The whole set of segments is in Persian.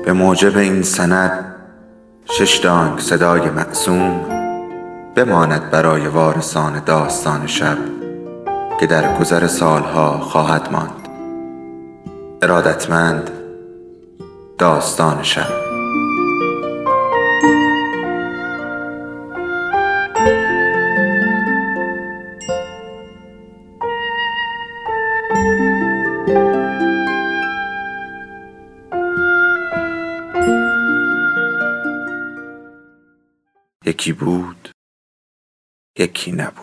به موجب این سند 6 دانگ صدای معصوم بماند برای وارثان داستان شب که در گذر سالها خواهد ماند. ارادتمند، داستان شب. یکی بود، یکی نبود.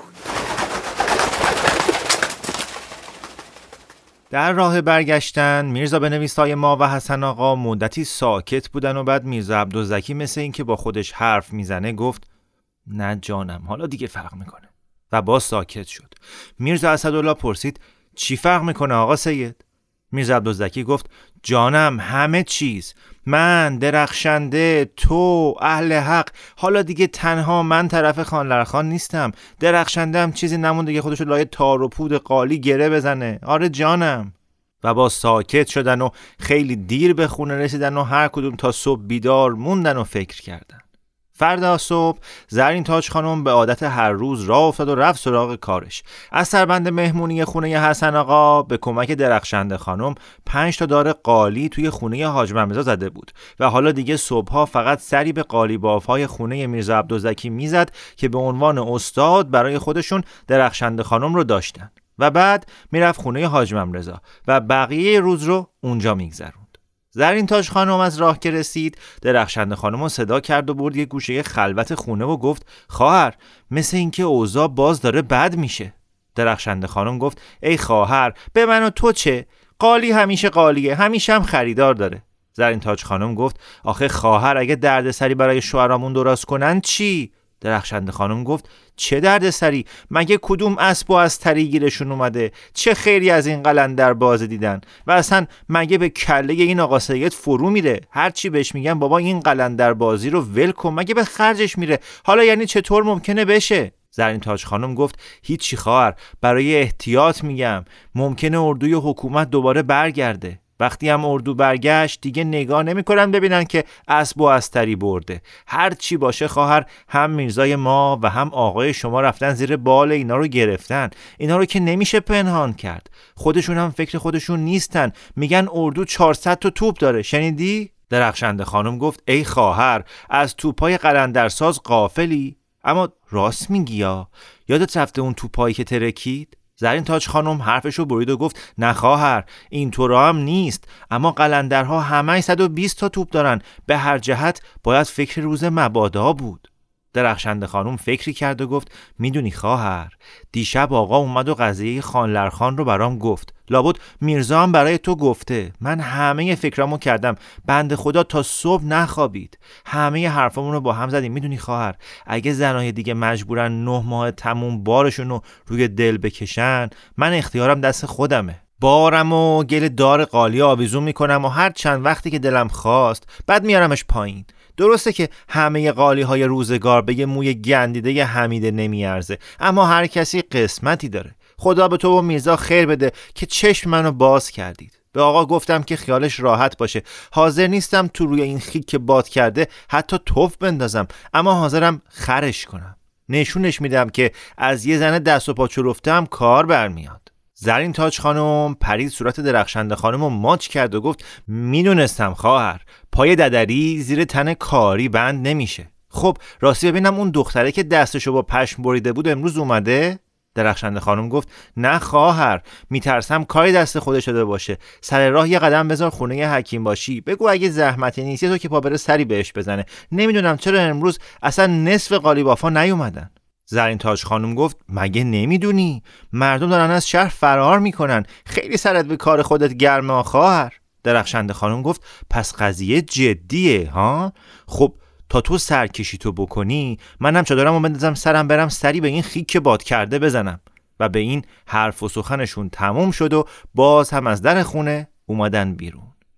در راه برگشتن میرزا بنویسای ما و حسن آقا مدتی ساکت بودن و بعد میرزا عبدالزکی مثل این که با خودش حرف میزنه گفت نه جانم، حالا دیگه فرق میکنه و باز ساکت شد. میرزا اسدالله پرسید چی فرق میکنه آقا سید؟ میرزا عبدالزکی گفت جانم همه چیز، من، درخشنده، تو، اهل حق. حالا دیگه تنها من طرف خانلرخان نیستم، درخشنده هم چیزی نمونده که خودشو لای تار و پود قالی گره بزنه. آره جانم. و با ساکت شدن و خیلی دیر به خونه رسیدن و هر کدوم تا صبح بیدار موندن و فکر کردن. فردا صبح زرین تاج خانم به عادت هر روز راه افتاد و رفت سراغ کارش. از سربند مهمونی خونه حسن آقا به کمک درخشنده خانم 5 تا دار قالی توی خونه حاج ممیرزا زده بود و حالا دیگه صبحها فقط سری به قالی بافهای خونه میرزا عبدالزکی میزد که به عنوان استاد برای خودشون درخشنده خانم رو داشتن و بعد میرفت خونه حاج ممیرزا و بقیه روز رو اونجا میگذرون. زرین تاج خانم از راه که رسید درخشنده خانم رو صدا کرد و برد یه گوشه خلوت خونه و گفت خواهر، مثل اینکه اوضاع باز داره بد میشه. درخشنده خانم گفت ای خواهر، به من و تو چه؟ قالی همیشه قالیه، همیشه هم خریدار داره. زرین تاج خانم گفت آخه خواهر، اگه دردسری برای شوهرامون درست کنن چی؟ درخشنده خانم گفت چه دردسری؟ مگه کدوم اسب و از تری گیرشون اومده؟ چه خیری از این قلندر باز دیدن؟ و اصلا مگه به کله این آقا سید فرو میره؟ هر چی بهش میگن بابا این قلندر بازی رو ول کن، مگه به خرجش میره؟ حالا یعنی چطور ممکنه بشه؟ زرین تاج خانم گفت هیچی خواهر، برای احتیاط میگم، ممکنه اردوی حکومت دوباره برگرده. وقتی هم اردو برگشت دیگه نگاه نمی‌کنن ببینن که اسب و استری برده. هر چی باشه خواهر، هم میرزای ما و هم آقای شما رفتن زیر بال اینا رو گرفتن. اینا رو که نمیشه پنهان کرد. خودشون هم فکر خودشون نیستن، میگن اردو 400 تا توپ داره. شنیدی؟ درخشنده خانم گفت ای خواهر، از توپای قلندرساز غافلی؟ اما راست میگی یا؟ یادت رفته اون توپایی که ترکید؟ زرین تاج خانم حرفشو برید و گفت نه خواهر، اینطورا هم نیست، اما قلندرها همه 120 تا توپ دارن، به هر جهت باید فکر روز مبادا بود. درخشنده خانم فکری کرد و گفت میدونی خواهر، دیشب آقا اومد و قضیه خانلرخان رو برام گفت، لابد میرزا هم برای تو گفته. من همه فکرامو کردم، بنده خدا تا صبح نخوابید، همه حرفامون رو با هم زدیم. میدونی خواهر، اگه زنای دیگه مجبورن 9 ماه تموم بارشون رو روی دل بکشن، من اختیارم دست خودمه. بارم و گل دار قالی آویزون میکنم و هر چند وقتی که دلم خواست بعد میارمش پایین. درسته که همه قالی های روزگار به یه موی گندیده حمیده نمیارزه، اما هر کسی قسمتی داره. خدا به تو و میرزا خیر بده که چشم منو باز کردید. به آقا گفتم که خیالش راحت باشه، حاضر نیستم تو روی این خیک که باد کرده حتی توف بندازم، اما حاضرم خرش کنم. نشونش میدم که از یه زن دست و پا چلفته هم کار برمیاد. زرین تاج خانم پرید صورت درخشنده خانم رو ماچ کرد و گفت میدونستم خواهر، پای ددری زیر تن کاری بند نمیشه. خب راستی ببینم اون دختره که دستشو با پشم بریده بود امروز اومده؟ درخشنده خانم گفت نه خواهر، میترسم کاری دست خودش شده باشه. سر راه یه قدم بذار خونه حکیم باشی، بگو اگه زحمتی نیست تو که پا بره سری بهش بزنه. نمیدونم چرا امروز اصلا نصف قالیبافا نیومدن. زرین تاج خانم گفت مگه نمیدونی؟ مردم دارن از شهر فرار میکنن، خیلی سرت به کار خودت گرمه خواهر. درخشنده خانم گفت پس قضیه جدیه ها؟ خب تا تو سرکشی تو بکنی، منم چادرمو بندازم سرم برم سری به این خیک باد کرده بزنم. و به این حرف و سخنشون تموم شد و باز هم از در خونه اومدن بیرون.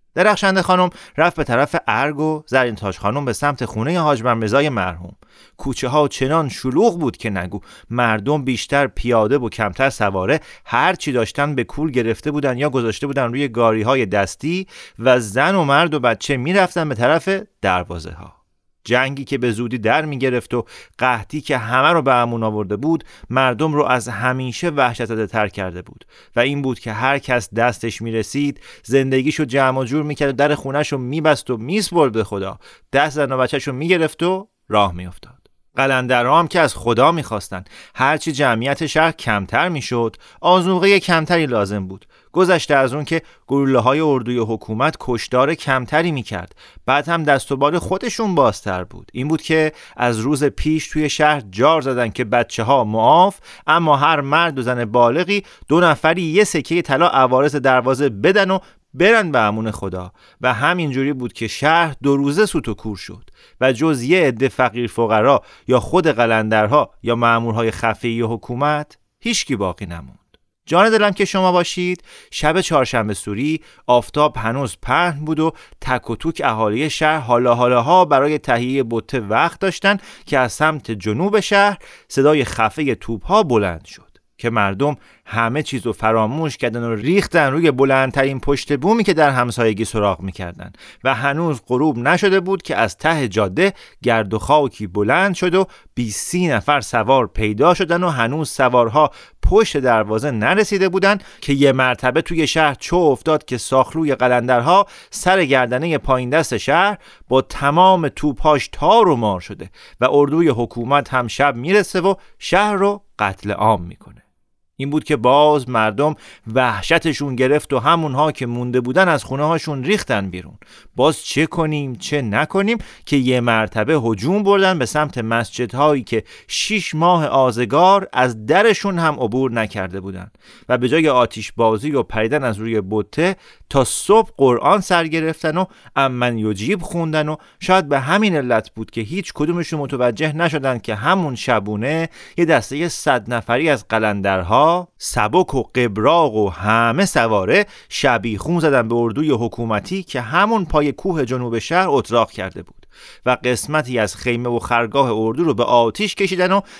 درخشنده خانم رفت به طرف ارگ و زرین تاج خانم به سمت خونه حاج ممرزای مرحوم. کوچه ها چنان شلوغ بود که نگو. مردم بیشتر پیاده و کمتر سواره، هر چی داشتن به کول گرفته بودن یا گذاشته بودن روی گاری های دستی و زن و مرد و بچه می رفتن به طرف دروازه ها. جنگی که به زودی در می گرفت و قحطی که همه رو به امون آورده بود مردم رو از همیشه وحشت زده تر کرده بود و این بود که هر کس دستش می رسید زندگیشو جمع و جور می کرد و در خونهشو می بست و می سپرد به خدا، دست زن و بچهشو می گرفت و راه می افتاد. قلندرها هم که از خدا می خواستن هرچی جمعیت شهر کمتر می شد آذوقه کمتری لازم بود. گذشته از اون که گلوله های اردوی حکومت کشتار کمتری می کرد، بعد هم دست و بال خودشون بازتر بود. این بود که از روز پیش توی شهر جار زدن که بچه ها معاف، اما هر مرد و زن بالغی 2 نفری یه سکه طلا عوارض دروازه بدن و برن به امون خدا. و همینجوری بود که شهر 2 روزه سوت و کور شد و جز یه عده فقیر فقرا یا خود قلندرها یا مأمورهای خفیه حکومت هیچکی باقی نموند. جان دلم که شما باشید. شب چهارشنبه سوری آفتاب هنوز پهن بود و تک و توک اهالی شهر حالاها برای تهیه بته وقت داشتن که از سمت جنوب شهر صدای خفه توپ‌ها بلند شد که مردم همه چیزو فراموش کردن و ریختن روی بلندترین پشت بومی که در همسایگی سراغ میکردن و هنوز غروب نشده بود که از ته جاده گرد و خاکی بلند شد و 20-30 نفر سوار پیدا شدن و هنوز سوارها پشت دروازه نرسیده بودن که یه مرتبه توی شهر چو افتاد که ساخلوی قلندرها سر گردنه پایین دست شهر با تمام توپاش تار و مار شده و اردوی حکومت هم شب میرسه و شهر رو قتل عام میکنه. این بود که باز مردم وحشتشون گرفت و همونها که مونده بودن از خونه هاشون ریختن بیرون. باز چه کنیم چه نکنیم که یه مرتبه هجوم بردن به سمت مسجدهایی که 6 ماه آزگار از درشون هم عبور نکرده بودن و به جای آتش بازی و پریدن از روی بته تا صبح قرآن سر گرفتن و امن یجیب خوندن و شاید به همین علت بود که هیچ کدومشون متوجه نشدن که همون شبونه یه دسته 100 نفری از قلندرها سبک و قبراق و همه سواره شبیخون زدن به اردوی حکومتی که همون پای کوه جنوب شهر اتراق کرده بود و قسمتی از خیمه و خرگاه اردو رو به آتیش کشیدن و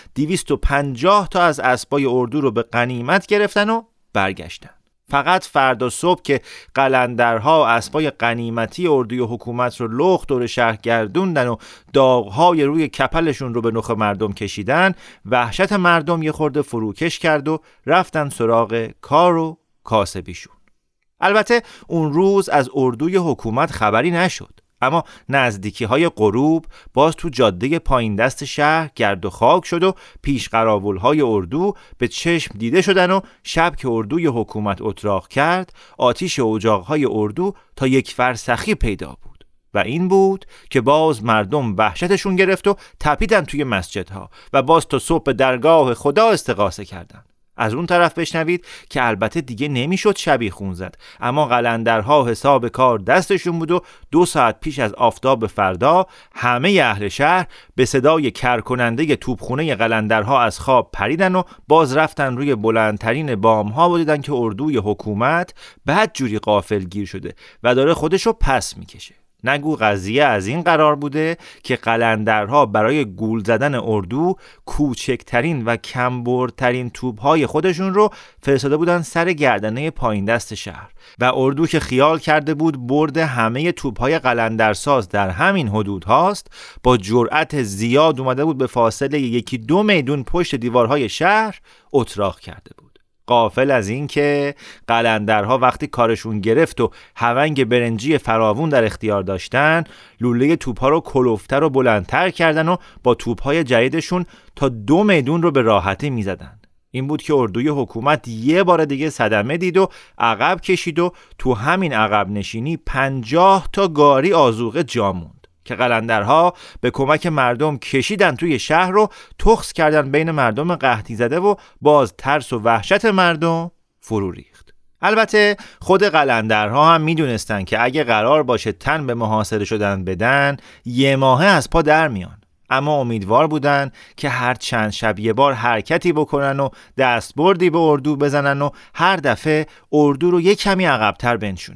250 تا از اسبای اردو رو به غنیمت گرفتن و برگشتن. فقط فردا صبح که قلندرها اسبای غنیمتی اردوی حکومت رو لخت دور شهر گردوندن و داغهای روی کپلشون رو به نخ مردم کشیدن، وحشت مردم یه خورده فروکش کرد و رفتن سراغ کار و کاسبیشون. البته اون روز از اردوی حکومت خبری نشد، اما نزدیکی های غروب باز تو جاده پایین دست شهر گرد و خاک شد و پیش قراول های اردو به چشم دیده شدن و شب که اردوی حکومت اتراق کرد آتیش اجاق های اردو تا 1 فرسخی پیدا بود و این بود که باز مردم وحشتشون گرفت و تپیدن توی مسجدها و باز تا صبح به درگاه خدا استغاثه کردن. از اون طرف بشنوید که البته دیگه نمیشد شبیخون زد، اما قلندرها حساب کار دستشون بود و 2 ساعت پیش از آفتاب فردا همه اهل شهر به صدای کرکننده توپخونه قلندرها از خواب پریدن و باز رفتن روی بلندترین بامها و دیدن که اردوی حکومت بدجوری غافلگیر شده و داره خودشو پس میکشه. نگو قضیه از این قرار بوده که قلندرها برای گول زدن اردو کوچکترین و کمبردترین توپهای خودشون رو فرستاده بودن سر گردنه پایین دست شهر و اردو که خیال کرده بود برد همه توپهای قلندرساز در همین حدود هاست، با جرأت زیاد اومده بود به فاصله 1-2 میدون پشت دیوارهای شهر اتراق کرده بود. غافل از این که قلندرها وقتی کارشون گرفت و هونگ برنجی فراوون در اختیار داشتن، لوله توپ‌ها رو کلوفتر و بلندتر کردن و با توپ‌های جدیدشون تا 2 میدون رو به راحتی می‌زدن. این بود که اردوی حکومت یه بار دیگه صدمه دید و عقب کشید و تو همین عقب نشینی 50 تا گاری آذوقه جا موند که قلندرها به کمک مردم کشیدن توی شهر رو تخس کردن بین مردم قحطی زده و باز ترس و وحشت مردم فرو ریخت. البته خود قلندرها هم میدونستن که اگه قرار باشه تن به محاصره شدن بدن 1 ماهه از پا در میان، اما امیدوار بودن که هر چند شب یه بار حرکتی بکنن و دستبردی به اردو بزنن و هر دفعه اردو رو 1 کمی عقب‌تر بنشونن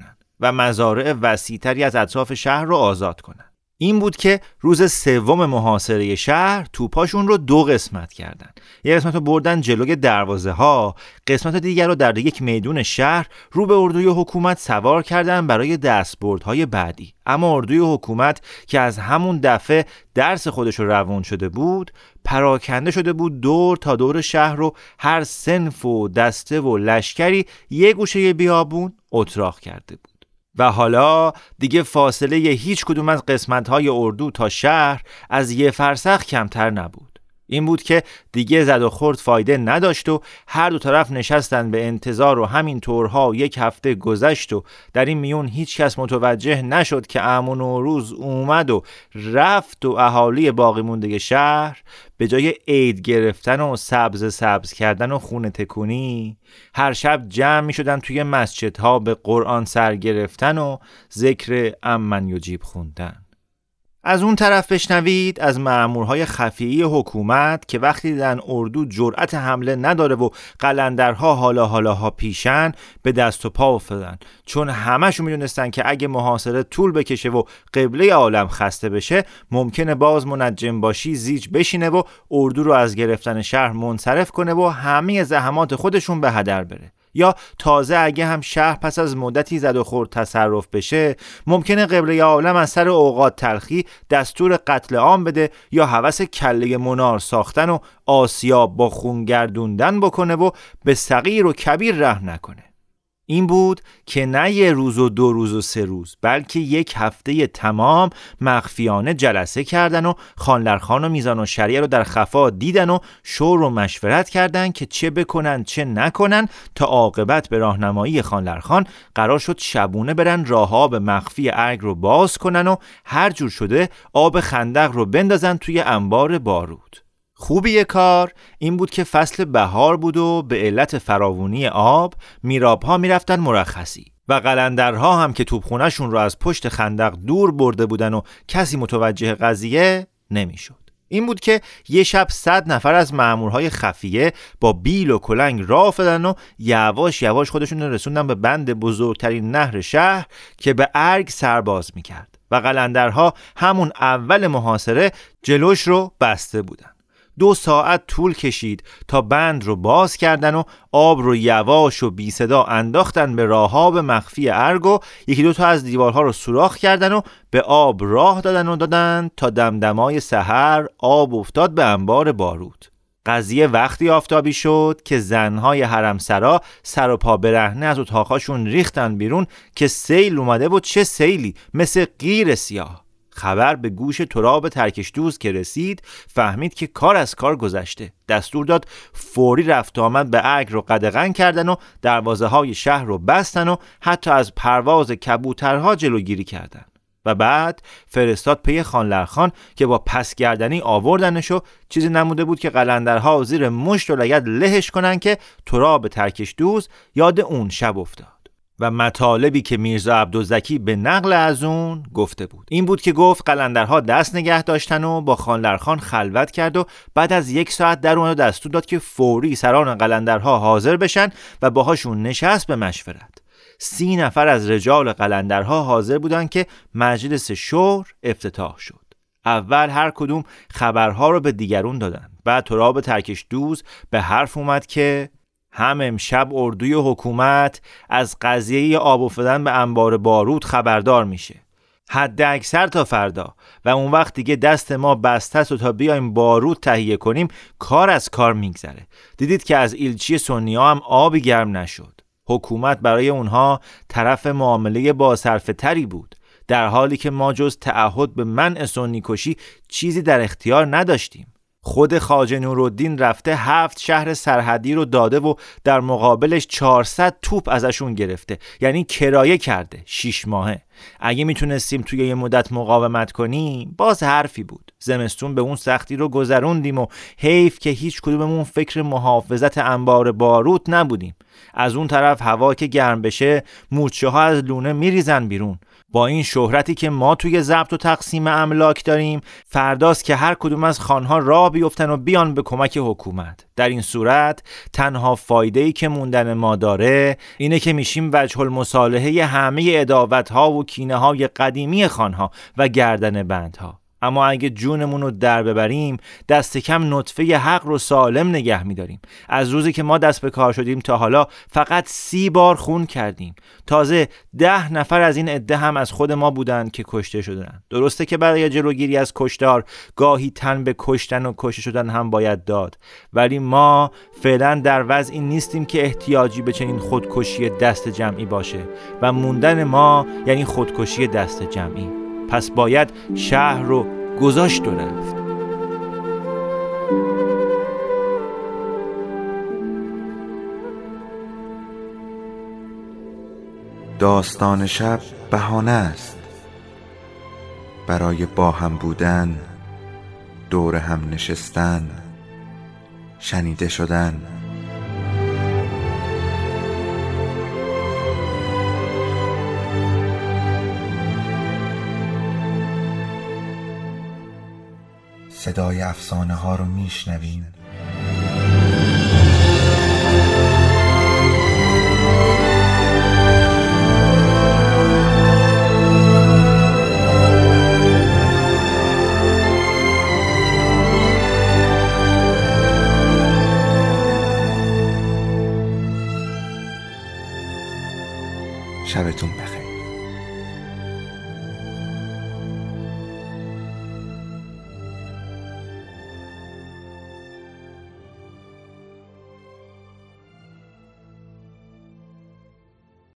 و مزارع وسیع‌تری از اطراف شهر رو آزاد کنن. این بود که روز سوم محاصره شهر توپاشون رو 2 قسمت کردن. یه قسمت رو بردن جلوی دروازه ها، قسمت دیگر رو در یک میدون شهر رو به اردوی حکومت سوار کردن برای دستبردهای بعدی. اما اردوی حکومت که از همون دفعه درس خودش رو روون شده بود، پراکنده شده بود دور تا دور شهر رو هر صنف و دسته و لشکری یه گوشه بیابون اتراق کرده بود. و حالا دیگه فاصله هیچ کدوم از قسمت‌های اردو تا شهر از 1 فرسخ کمتر نبود. این بود که دیگه زد و خورد فایده نداشت و هر دو طرف نشستن به انتظار و همین طورها 1 هفته گذشت و در این میون هیچ کس متوجه نشد که عمو نوروز اومد و رفت و اهالی باقی مونده شهر به جای عید گرفتن و سبز کردن و خونه تکونی هر شب جمع می شدن توی مسجدها به قرآن سر گرفتن و ذکر امن یجیب خوندن. از اون طرف بشنوید از مأمورهای خفیه حکومت که وقتی دیدن اردو جرأت حمله نداره و قلندرها حالاها پیشن به دست و پا افتادن، چون همه‌شون میدونستن که اگه محاصره طول بکشه و قبله عالم خسته بشه ممکنه باز منجم باشی زیج بشینه و اردو رو از گرفتن شهر منصرف کنه و همه زحمات خودشون به هدر بره. یا تازه اگه هم شهر پس از مدتی زد و خورد تصرف بشه ممکنه قبله عالم از سر اوقات تلخی دستور قتل عام بده یا هوس کله منار ساختن و آسیاب با خون گردوندن بکنه و به صغیر و کبیر رحم نکنه. این بود که نه 1 روز و 2 روز و 3 روز بلکه 1 هفته تمام مخفیانه جلسه کردن و خانلرخان و میزان و شریعه رو در خفا دیدن و شور و مشورت کردن که چه بکنن چه نکنن تا عاقبت به راهنمایی خانلرخان قرار شد شبونه برن راه آب مخفی ارگ رو باز کنن و هر جور شده آب خندق رو بندازن توی انبار بارود. خوبی کار این بود که فصل بهار بود و به علت فراوانی آب میراب‌ها میرفتن مرخصی و قلندرها هم که توپخونه‌شون رو از پشت خندق دور برده بودن و کسی متوجه قضیه نمیشد. این بود که یه شب 100 نفر از مأمورهای خفیه با بیل و کلنگ راه افتادن و یواش یواش خودشون رو رسوندن به بند بزرگترین نهر شهر که به ارگ سرباز میکرد و قلندرها همون اول محاصره جلوش رو بسته بودن. 2 ساعت طول کشید تا بند رو باز کردن و آب رو یواش و بی صدا انداختن به راهاب مخفی ارگ و 1-2 تا از دیوارها رو سوراخ کردن و به آب راه دادن تا دمدمای سحر آب افتاد به انبار بارود. قضیه وقتی آفتابی شد که زنهای حرمسرا سر و پا برهنه از اتاقاشون ریختن بیرون که سیل اومده و چه سیلی، مثل قیر سیاه. خبر به گوش تراب ترکش دوز که رسید فهمید که کار از کار گذشته. دستور داد فوری رفت آمد به ارگ رو قدغن کردن و دروازه های شهر رو بستن و حتی از پرواز کبوترها جلوگیری کردن و بعد فرستاد پی خانلرخان که با پس گردنی آوردنش و چیزی نموده بود که قلندرها زیر مشت و لگد لهش کنن که تراب ترکش دوز یاد اون شب افتاد. و مطالبی که میرزا عبدالزکی به نقل از اون گفته بود این بود که گفت قلندرها دست نگه داشتن و با خانلرخان خلوت کرد و بعد از 1 ساعت در اون دستور داد که فوری سران قلندرها حاضر بشن و باهاشون نشست به مشورت. 30 نفر از رجال قلندرها حاضر بودن که مجلس شور افتتاح شد. اول هر کدوم خبرها رو به دیگرون دادن. بعد تراب ترکش دوز به حرف اومد که هم امشب اردوی حکومت از قضیه آب افتادن به انبار بارود خبردار میشه. حد اکثر تا فردا و اون وقت دیگه دست ما بسته است و تا بیایم بارود تهیه کنیم کار از کار میگذره. دیدید که از ایلچی سنی‌ها هم آبی گرم نشد. حکومت برای اونها طرف معامله با صرفه تری بود، در حالی که ما جز تعهد به منع سنی کشی چیزی در اختیار نداشتیم. خود خواجه نورالدین رفته 7 شهر سرحدی رو داده و در مقابلش 400 توپ ازشون گرفته، یعنی کرایه کرده 6 ماهه. اگه میتونستیم توی یه مدت مقاومت کنیم باز حرفی بود. زمستون به اون سختی رو گذروندیم و حیف که هیچ کدوممون فکر محافظت انبار بارود نبودیم. از اون طرف هوا که گرم بشه مورچه ها از لونه میریزن بیرون. با این شهرتی که ما توی ضبط و تقسیم املاک داریم، فرداست که هر کدوم از خانها راه بیفتن و بیان به کمک حکومت. در این صورت تنها فایده‌ای که موندن ما داره اینه که میشیم وجه المصالحه همه عداوت‌ها و کینه‌های قدیمی خانها و گردن بندها. اما اگه جونمون رو در ببریم، دست کم نطفه حق رو سالم نگه می‌داریم. از روزی که ما دست به کار شدیم تا حالا فقط 30 بار خون کردیم. تازه 10 نفر از این عده هم از خود ما بودن که کشته شدن. درسته که برای جلوگیری از کشتار گاهی تن به کشتن و کشته شدن هم باید داد، ولی ما فعلا در وضعی نیستیم که احتیاجی به چنین خودکشی دست جمعی باشه و موندن ما یعنی خودکشی دست جمعی. پس باید شهر رو گذاشت و رفت. داستان شب بهانه است برای با هم بودن، دور هم نشستن، شنیده شدن. صدای افسانه ها رو میشنوین. شبتون بخیر.